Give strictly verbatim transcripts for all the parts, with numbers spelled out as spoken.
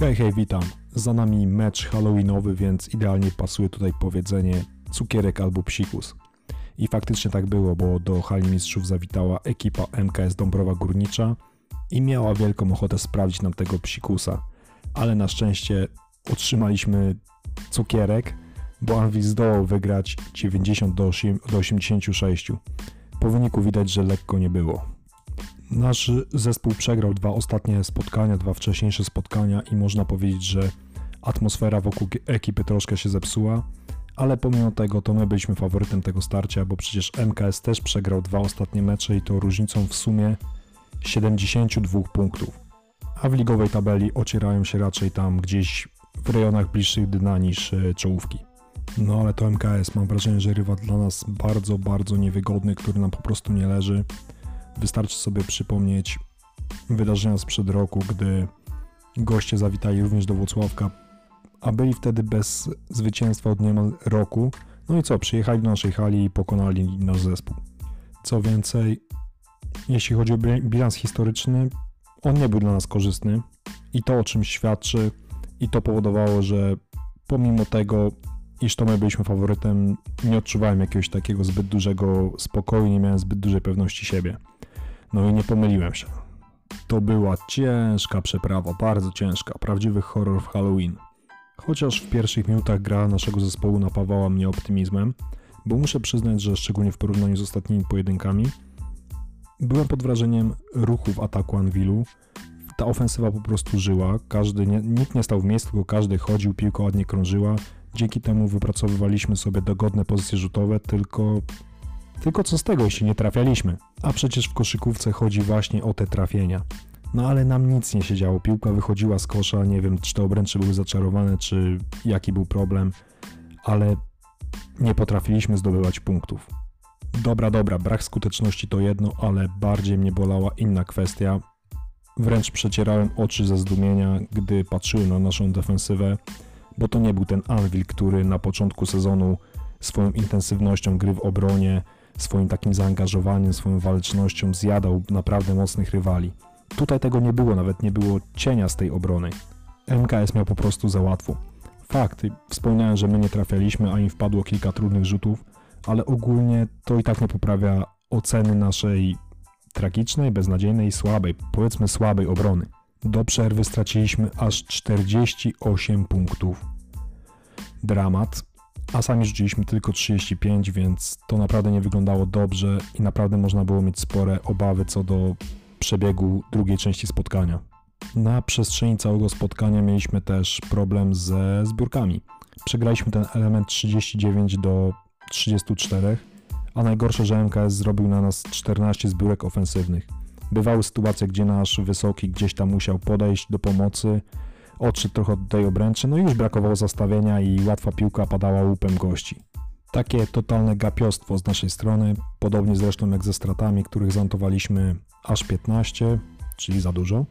Hej, hej, witam. Za nami mecz halloweenowy, więc idealnie pasuje tutaj powiedzenie cukierek albo psikus. I faktycznie tak było, bo do hali mistrzów zawitała ekipa M K S Dąbrowa Górnicza i miała wielką ochotę sprawdzić nam tego psikusa. Ale na szczęście otrzymaliśmy cukierek, bo Anvil zdołał wygrać dziewięćdziesiąt do osiemdziesięciu sześciu. Po wyniku widać, że lekko nie było. Nasz zespół przegrał dwa ostatnie spotkania, dwa wcześniejsze spotkania i można powiedzieć, że atmosfera wokół ekipy troszkę się zepsuła, ale pomimo tego to my byliśmy faworytem tego starcia, bo przecież M K S też przegrał dwa ostatnie mecze i to różnicą w sumie siedemdziesięciu dwóch punktów, a w ligowej tabeli ocierają się raczej tam gdzieś w rejonach bliższych dna niż czołówki. No ale to M K S, mam wrażenie, że rywal dla nas bardzo, bardzo niewygodny, który nam po prostu nie leży. Wystarczy sobie przypomnieć wydarzenia sprzed roku, gdy goście zawitali również do Włocławka, a byli wtedy bez zwycięstwa od niemal roku. No i co, przyjechali do naszej hali i pokonali nasz zespół. Co więcej, jeśli chodzi o bilans historyczny, on nie był dla nas korzystny i to o czym świadczy i to powodowało, że pomimo tego, iż to my byliśmy faworytem, nie odczuwałem jakiegoś takiego zbyt dużego spokoju, nie miałem zbyt dużej pewności siebie. No i nie pomyliłem się. To była ciężka przeprawa, bardzo ciężka, prawdziwy horror w Halloween. Chociaż w pierwszych minutach gra naszego zespołu napawała mnie optymizmem, bo muszę przyznać, że szczególnie w porównaniu z ostatnimi pojedynkami, byłem pod wrażeniem ruchu w ataku Anvilu. Ta ofensywa po prostu żyła, każdy, nie, nikt nie stał w miejscu, tylko każdy chodził, piłka ładnie krążyła. Dzięki temu wypracowywaliśmy sobie dogodne pozycje rzutowe, tylko... Tylko co z tego, jeśli nie trafialiśmy? A przecież w koszykówce chodzi właśnie o te trafienia. No ale nam nic nie się działo, piłka wychodziła z kosza, nie wiem, czy te obręcze były zaczarowane, czy jaki był problem, ale nie potrafiliśmy zdobywać punktów. Dobra, dobra, brak skuteczności to jedno, ale bardziej mnie bolała inna kwestia. Wręcz przecierałem oczy ze zdumienia, gdy patrzyłem na naszą defensywę, bo to nie był ten Anvil, który na początku sezonu swoją intensywnością gry w obronie, swoim takim zaangażowaniem, swoją walecznością zjadał naprawdę mocnych rywali. Tutaj tego nie było, nawet nie było cienia z tej obrony. M K S miał po prostu za łatwo. Fakt, wspomniałem, że my nie trafialiśmy, a im wpadło kilka trudnych rzutów, ale ogólnie to i tak nie poprawia oceny naszej tragicznej, beznadziejnej, słabej, powiedzmy słabej obrony. Do przerwy straciliśmy aż czterdzieści osiem punktów. Dramat. A sami rzuciliśmy tylko trzydzieści pięć, więc to naprawdę nie wyglądało dobrze i naprawdę można było mieć spore obawy co do przebiegu drugiej części spotkania. Na przestrzeni całego spotkania mieliśmy też problem ze zbiórkami. Przegraliśmy ten element trzydzieści dziewięć do trzydziestu czterech, a najgorsze, że M K S zrobił na nas czternaście zbiórek ofensywnych. Bywały sytuacje, gdzie nasz wysoki gdzieś tam musiał podejść do pomocy, odszedł trochę od tej obręczy, no i już brakowało zastawienia i łatwa piłka padała łupem gości. Takie totalne gapiostwo z naszej strony, podobnie zresztą jak ze stratami, których zanotowaliśmy aż piętnaście, czyli za dużo.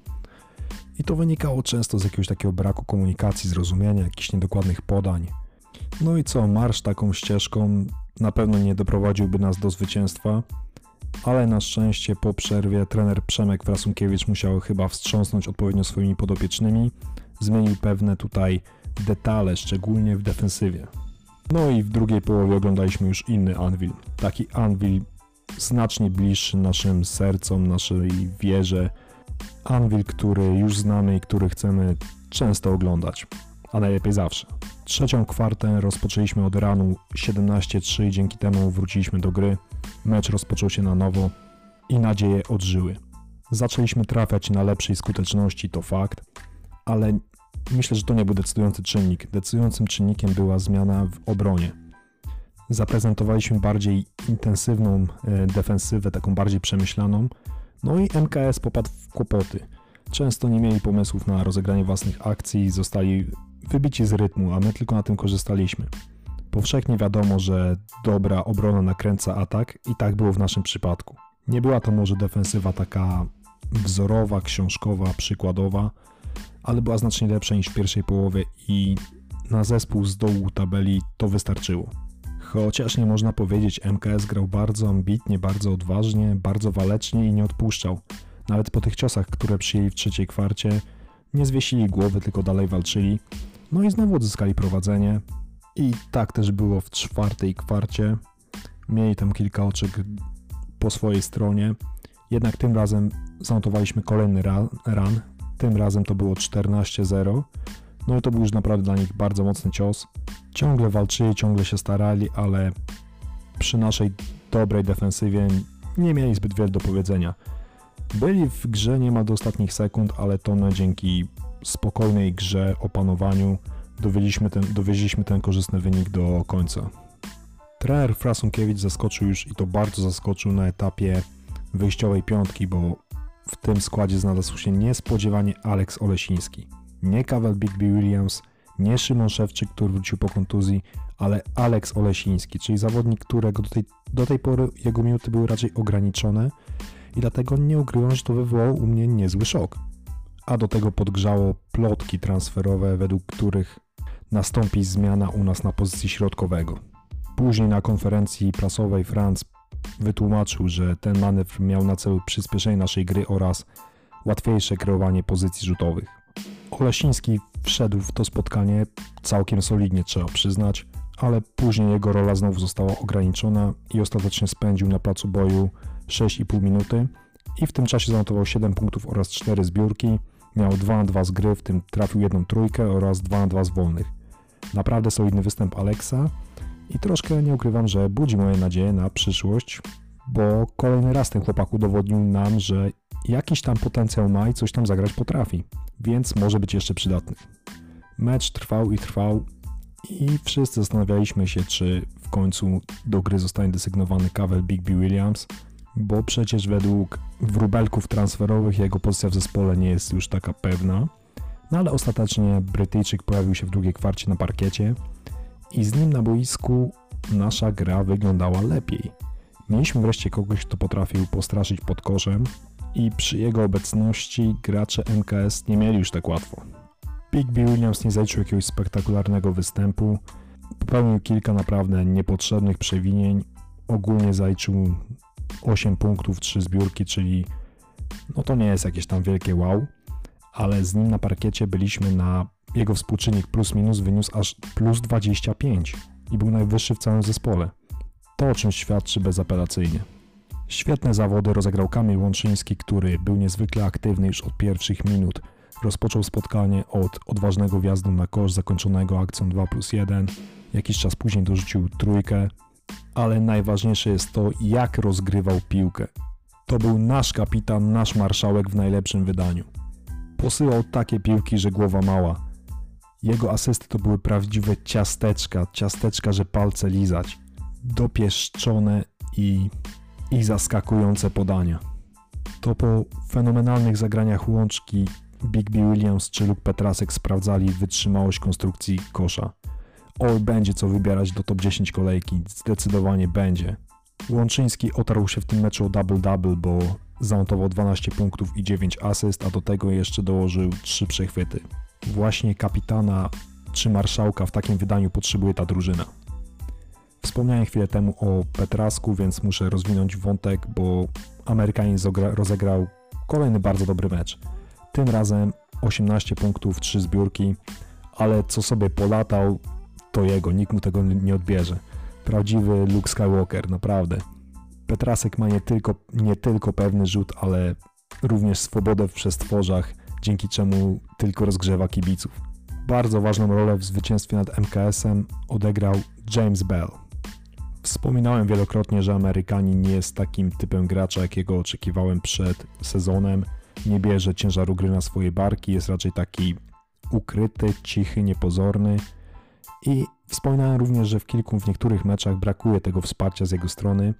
I to wynikało często z jakiegoś takiego braku komunikacji, zrozumienia, jakichś niedokładnych podań. No i co, marsz taką ścieżką na pewno nie doprowadziłby nas do zwycięstwa, ale na szczęście po przerwie trener Przemek Frasunkiewicz musiał chyba wstrząsnąć odpowiednio swoimi podopiecznymi, zmienił pewne tutaj detale, szczególnie w defensywie. No i w drugiej połowie oglądaliśmy już inny Anvil. Taki Anvil znacznie bliższy naszym sercom, naszej wierze. Anvil, który już znamy i który chcemy często oglądać, a najlepiej zawsze. Trzecią kwartę rozpoczęliśmy od ranu siedemnaście trzy i dzięki temu wróciliśmy do gry. Mecz rozpoczął się na nowo i nadzieje odżyły. Zaczęliśmy trafiać na lepszej skuteczności, to fakt, ale myślę, że to nie był decydujący czynnik. Decydującym czynnikiem była zmiana w obronie. Zaprezentowaliśmy bardziej intensywną defensywę, taką bardziej przemyślaną, no i M K S popadł w kłopoty. Często nie mieli pomysłów na rozegranie własnych akcji, zostali wybici z rytmu, a my tylko na tym korzystaliśmy. Powszechnie wiadomo, że dobra obrona nakręca atak i tak było w naszym przypadku. Nie była to może defensywa taka wzorowa, książkowa, przykładowa, ale była znacznie lepsza niż w pierwszej połowie i na zespół z dołu tabeli to wystarczyło. Chociaż nie można powiedzieć, M K S grał bardzo ambitnie, bardzo odważnie, bardzo walecznie i nie odpuszczał. Nawet po tych ciosach, które przyjęli w trzeciej kwarcie, Nie zwiesili głowy, tylko dalej walczyli. No i znowu odzyskali prowadzenie. I tak też było w czwartej kwarcie. Mieli tam kilka oczek po swojej stronie. Jednak tym razem zanotowaliśmy kolejny run. Tym razem to było czternaście zero. No i to był już naprawdę dla nich bardzo mocny cios. Ciągle walczyli, ciągle się starali, ale przy naszej dobrej defensywie nie mieli zbyt wiele do powiedzenia. Byli w grze niemal do ostatnich sekund, ale to my dzięki spokojnej grze, opanowaniu dowieźliśmy ten, dowieźliśmy ten korzystny wynik do końca. Trener Frasunkiewicz zaskoczył już i to bardzo zaskoczył na etapie wyjściowej piątki, bo w tym składzie znalazł się niespodziewanie Alex Olesiński. Nie Kawel Bigby Williams, nie Szymon Szewczyk, który wrócił po kontuzji, ale Alex Olesiński, czyli zawodnik, którego do tej, do tej pory jego minuty były raczej ograniczone i dlatego nie ukrywam, że to wywołało u mnie niezły szok. A do tego podgrzało plotki transferowe, według których nastąpi zmiana u nas na pozycji środkowego. Później na konferencji prasowej Franz wytłumaczył, że ten manewr miał na celu przyspieszenie naszej gry oraz łatwiejsze kreowanie pozycji rzutowych. Olesiński wszedł w to spotkanie całkiem solidnie, trzeba przyznać, ale później jego rola znowu została ograniczona i ostatecznie spędził na placu boju sześć i pół minuty i w tym czasie zanotował siedem punktów oraz cztery zbiórki, miał dwa na dwa z gry, w tym trafił jedną trójkę oraz dwa na dwa z wolnych. Naprawdę solidny występ Alexa i troszkę nie ukrywam, że budzi moje nadzieje na przyszłość, bo kolejny raz ten chłopak udowodnił nam, że jakiś tam potencjał ma i coś tam zagrać potrafi, więc może być jeszcze przydatny. Mecz trwał i trwał i wszyscy zastanawialiśmy się, czy w końcu do gry zostanie desygnowany Kawel Bigby Williams, bo przecież według wróbelków transferowych jego pozycja w zespole nie jest już taka pewna, no ale ostatecznie Brytyjczyk pojawił się w drugiej kwarcie na parkiecie i z nim na boisku nasza gra wyglądała lepiej. Mieliśmy wreszcie kogoś, kto potrafił postraszyć pod koszem i przy jego obecności gracze M K S nie mieli już tak łatwo. Bigby Williams nie zaliczył jakiegoś spektakularnego występu, popełnił kilka naprawdę niepotrzebnych przewinień, ogólnie zaliczył osiem punktów, trzy zbiórki, czyli no to nie jest jakieś tam wielkie wow, ale z nim na parkiecie byliśmy na jego współczynnik plus minus wyniósł aż plus dwadzieścia pięć i był najwyższy w całym zespole. To o czym świadczy bezapelacyjnie. Świetne zawody rozegrał Kamil Łączyński, który był niezwykle aktywny już od pierwszych minut. Rozpoczął spotkanie od odważnego wjazdu na kosz zakończonego akcją dwa plus jeden. Jakiś czas później dorzucił trójkę, ale najważniejsze jest to, jak rozgrywał piłkę. To był nasz kapitan, nasz marszałek w najlepszym wydaniu. Posyłał takie piłki, że głowa mała. Jego asysty to były prawdziwe ciasteczka, ciasteczka, że palce lizać. Dopieszczone i, i zaskakujące podania. To po fenomenalnych zagraniach łączki Bigby Williams czy Luke Petrasek sprawdzali wytrzymałość konstrukcji kosza. Oj, będzie co wybierać do top dziesięć kolejki, zdecydowanie będzie. Łączyński otarł się w tym meczu o double-double, bo zanotował dwanaście punktów i dziewięć asyst, a do tego jeszcze dołożył trzy przechwyty. Właśnie kapitana czy marszałka w takim wydaniu potrzebuje ta drużyna. Wspomniałem chwilę temu o Petrasku, więc muszę rozwinąć wątek, bo Amerykanin rozegrał kolejny bardzo dobry mecz. Tym razem osiemnaście punktów, trzy zbiórki, ale co sobie polatał, to jego, nikt mu tego nie odbierze. Prawdziwy Luke Skywalker, naprawdę. Petrasek ma nie tylko, nie tylko pewny rzut, ale również swobodę w przestworzach, dzięki czemu tylko rozgrzewa kibiców. Bardzo ważną rolę w zwycięstwie nad M K S-em odegrał James Bell. Wspominałem wielokrotnie, że Amerykanin nie jest takim typem gracza, jakiego oczekiwałem przed sezonem. Nie bierze ciężaru gry na swoje barki, jest raczej taki ukryty, cichy, niepozorny. I wspominałem również, że w kilku, w niektórych meczach brakuje tego wsparcia z jego strony,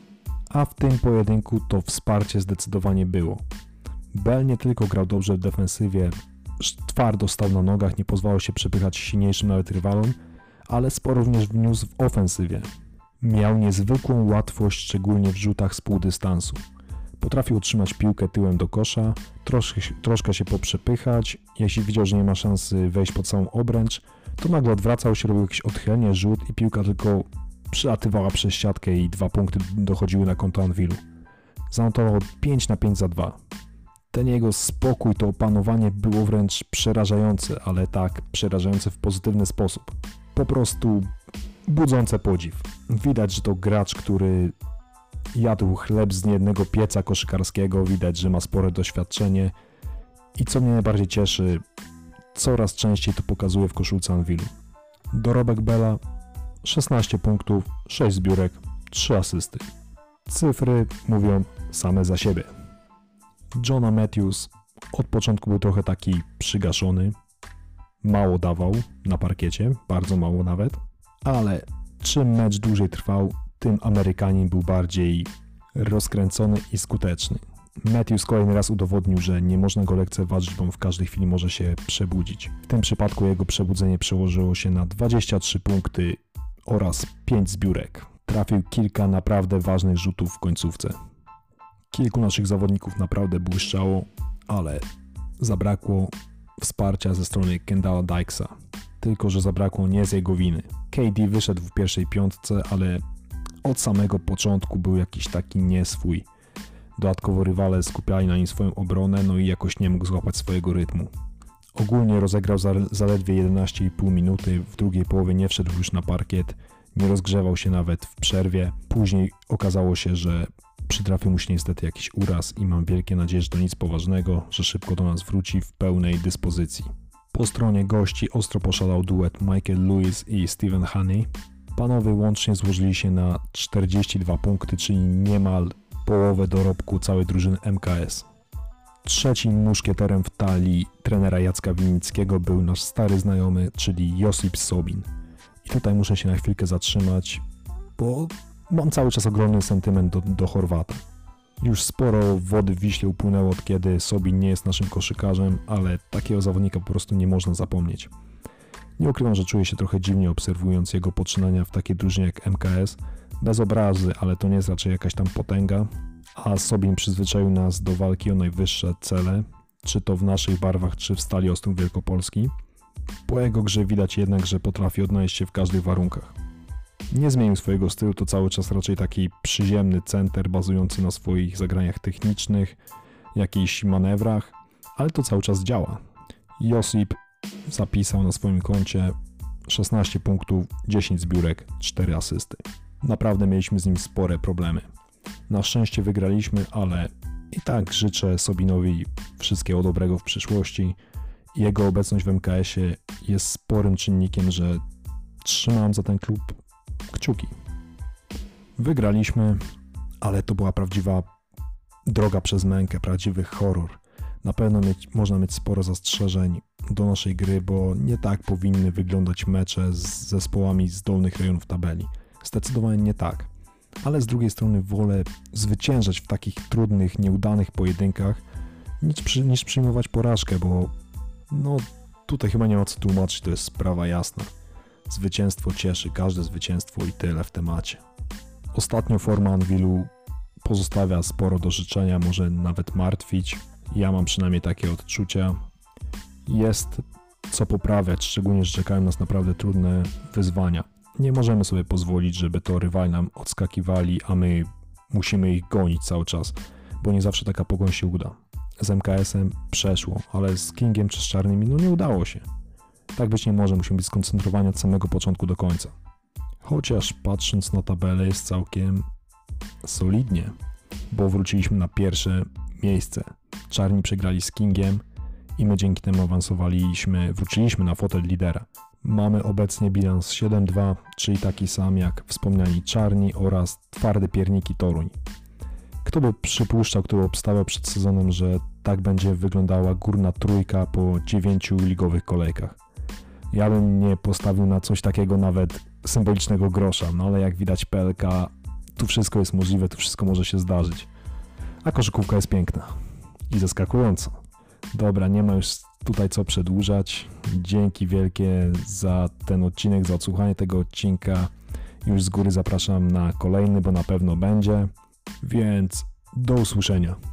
a w tym pojedynku to wsparcie zdecydowanie było. Bell nie tylko grał dobrze w defensywie, twardo stał na nogach, nie pozwalał się przepychać silniejszym nawet rywalom, ale sporo również wniósł w ofensywie. Miał niezwykłą łatwość, szczególnie w rzutach z półdystansu. Potrafił otrzymać piłkę tyłem do kosza, troszkę, troszkę się poprzepychać, jeśli widział, że nie ma szansy wejść pod samą obręcz, to nagle odwracał się, robił jakieś odchylenie, rzut i piłka tylko przelatywała przez siatkę i dwa punkty dochodziły na konto Anwilu. Zanotował pięć na pięć za dwa. Ten jego spokój, to opanowanie było wręcz przerażające, ale tak przerażające w pozytywny sposób. Po prostu budzące podziw. Widać, że to gracz, który jadł chleb z niejednego pieca koszykarskiego, widać, że ma spore doświadczenie i co mnie najbardziej cieszy, coraz częściej to pokazuje w koszulce Anvilu. Dorobek Bella szesnaście punktów, sześć zbiórek, trzy asysty. Cyfry mówią same za siebie. Johna Matthews od początku był trochę taki przygaszony, mało dawał na parkiecie, bardzo mało nawet, ale czym mecz dłużej trwał, tym Amerykanin był bardziej rozkręcony i skuteczny. Matthews kolejny raz udowodnił, że nie można go lekceważyć, bo on w każdej chwili może się przebudzić. W tym przypadku jego przebudzenie przełożyło się na dwadzieścia trzy punkty oraz pięć zbiórek. Trafił kilka naprawdę ważnych rzutów w końcówce. Kilku naszych zawodników naprawdę błyszczało, ale zabrakło wsparcia ze strony Kendalla Dykesa. Tylko że zabrakło nie z jego winy. K D wyszedł w pierwszej piątce, ale od samego początku był jakiś taki nieswój. Dodatkowo rywale skupiali na nim swoją obronę, no i jakoś nie mógł złapać swojego rytmu. Ogólnie rozegrał zaledwie jedenaście i pół minuty, w drugiej połowie nie wszedł już na parkiet, nie rozgrzewał się nawet w przerwie. Później okazało się, że przytrafił mu się niestety jakiś uraz i mam wielkie nadzieję, że to nic poważnego, że szybko do nas wróci w pełnej dyspozycji. Po stronie gości ostro poszalał duet Michael Lewis i Stephen Haney. Panowie łącznie złożyli się na czterdzieści dwa punkty, czyli niemal połowę dorobku całej drużyny M K S. Trzecim muszkieterem w talii trenera Jacka Winnickiego był nasz stary znajomy, czyli Josip Sobin. I tutaj muszę się na chwilkę zatrzymać, bo mam cały czas ogromny sentyment do, do Chorwata. Już sporo wody w Wiśle upłynęło, od kiedy Sobin nie jest naszym koszykarzem, ale takiego zawodnika po prostu nie można zapomnieć. Nie ukrywam, że czuję się trochę dziwnie obserwując jego poczynania w takiej drużynie jak M K S. Bez obrazy, ale to nie jest raczej jakaś tam potęga, a Sobin przyzwyczaił nas do walki o najwyższe cele, czy to w naszych barwach, czy w Stali Ostrów Wielkopolski. Po jego grze widać jednak, że potrafi odnaleźć się w każdych warunkach. Nie zmienił swojego stylu, to cały czas raczej taki przyziemny center bazujący na swoich zagraniach technicznych, jakichś manewrach, ale to cały czas działa. Josip zapisał na swoim koncie szesnaście punktów, dziesięć zbiórek, cztery asysty. Naprawdę mieliśmy z nim spore problemy. Na szczęście wygraliśmy, ale i tak życzę Sobinowi wszystkiego dobrego w przyszłości. Jego obecność w M K S-ie jest sporym czynnikiem, że trzymam za ten klub kciuki. Wygraliśmy, ale to była prawdziwa droga przez mękę, prawdziwy horror. Na pewno mieć, można mieć sporo zastrzeżeń do naszej gry, bo nie tak powinny wyglądać mecze z zespołami z dolnych rejonów tabeli. Zdecydowanie nie tak. Ale z drugiej strony wolę zwyciężać w takich trudnych, nieudanych pojedynkach, niż, przy, niż przyjmować porażkę, bo no tutaj chyba nie ma co tłumaczyć, to jest sprawa jasna. Zwycięstwo cieszy, każde zwycięstwo i tyle w temacie. Ostatnio forma Anvilu pozostawia sporo do życzenia, może nawet martwić. Ja mam przynajmniej takie odczucia. Jest co poprawiać, szczególnie, że czekają nas naprawdę trudne wyzwania. Nie możemy sobie pozwolić, żeby to rywali nam odskakiwali, a my musimy ich gonić cały czas, bo nie zawsze taka pogoń się uda. Z M K S-em przeszło, ale z Kingiem czy z Czarnymi no nie udało się. Tak być nie może, musimy być skoncentrowani od samego początku do końca. Chociaż patrząc na tabelę jest całkiem solidnie, bo wróciliśmy na pierwsze miejsce. Czarni przegrali z Kingiem i my dzięki temu awansowaliśmy, wróciliśmy na fotel lidera. Mamy obecnie bilans siedem dwa, czyli taki sam jak wspomniani Czarni oraz twarde pierniki Toruń. Kto by przypuszczał, kto by obstawiał przed sezonem, że tak będzie wyglądała górna trójka po dziewięciu ligowych kolejkach. Ja bym nie postawił na coś takiego nawet symbolicznego grosza, no ale jak widać P L K, tu wszystko jest możliwe, tu wszystko może się zdarzyć. A koszykówka jest piękna i zaskakująca. Dobra, nie ma już tutaj co przedłużać. Dzięki wielkie za ten odcinek, za odsłuchanie tego odcinka. Już z góry zapraszam na kolejny, bo na pewno będzie. Więc do usłyszenia.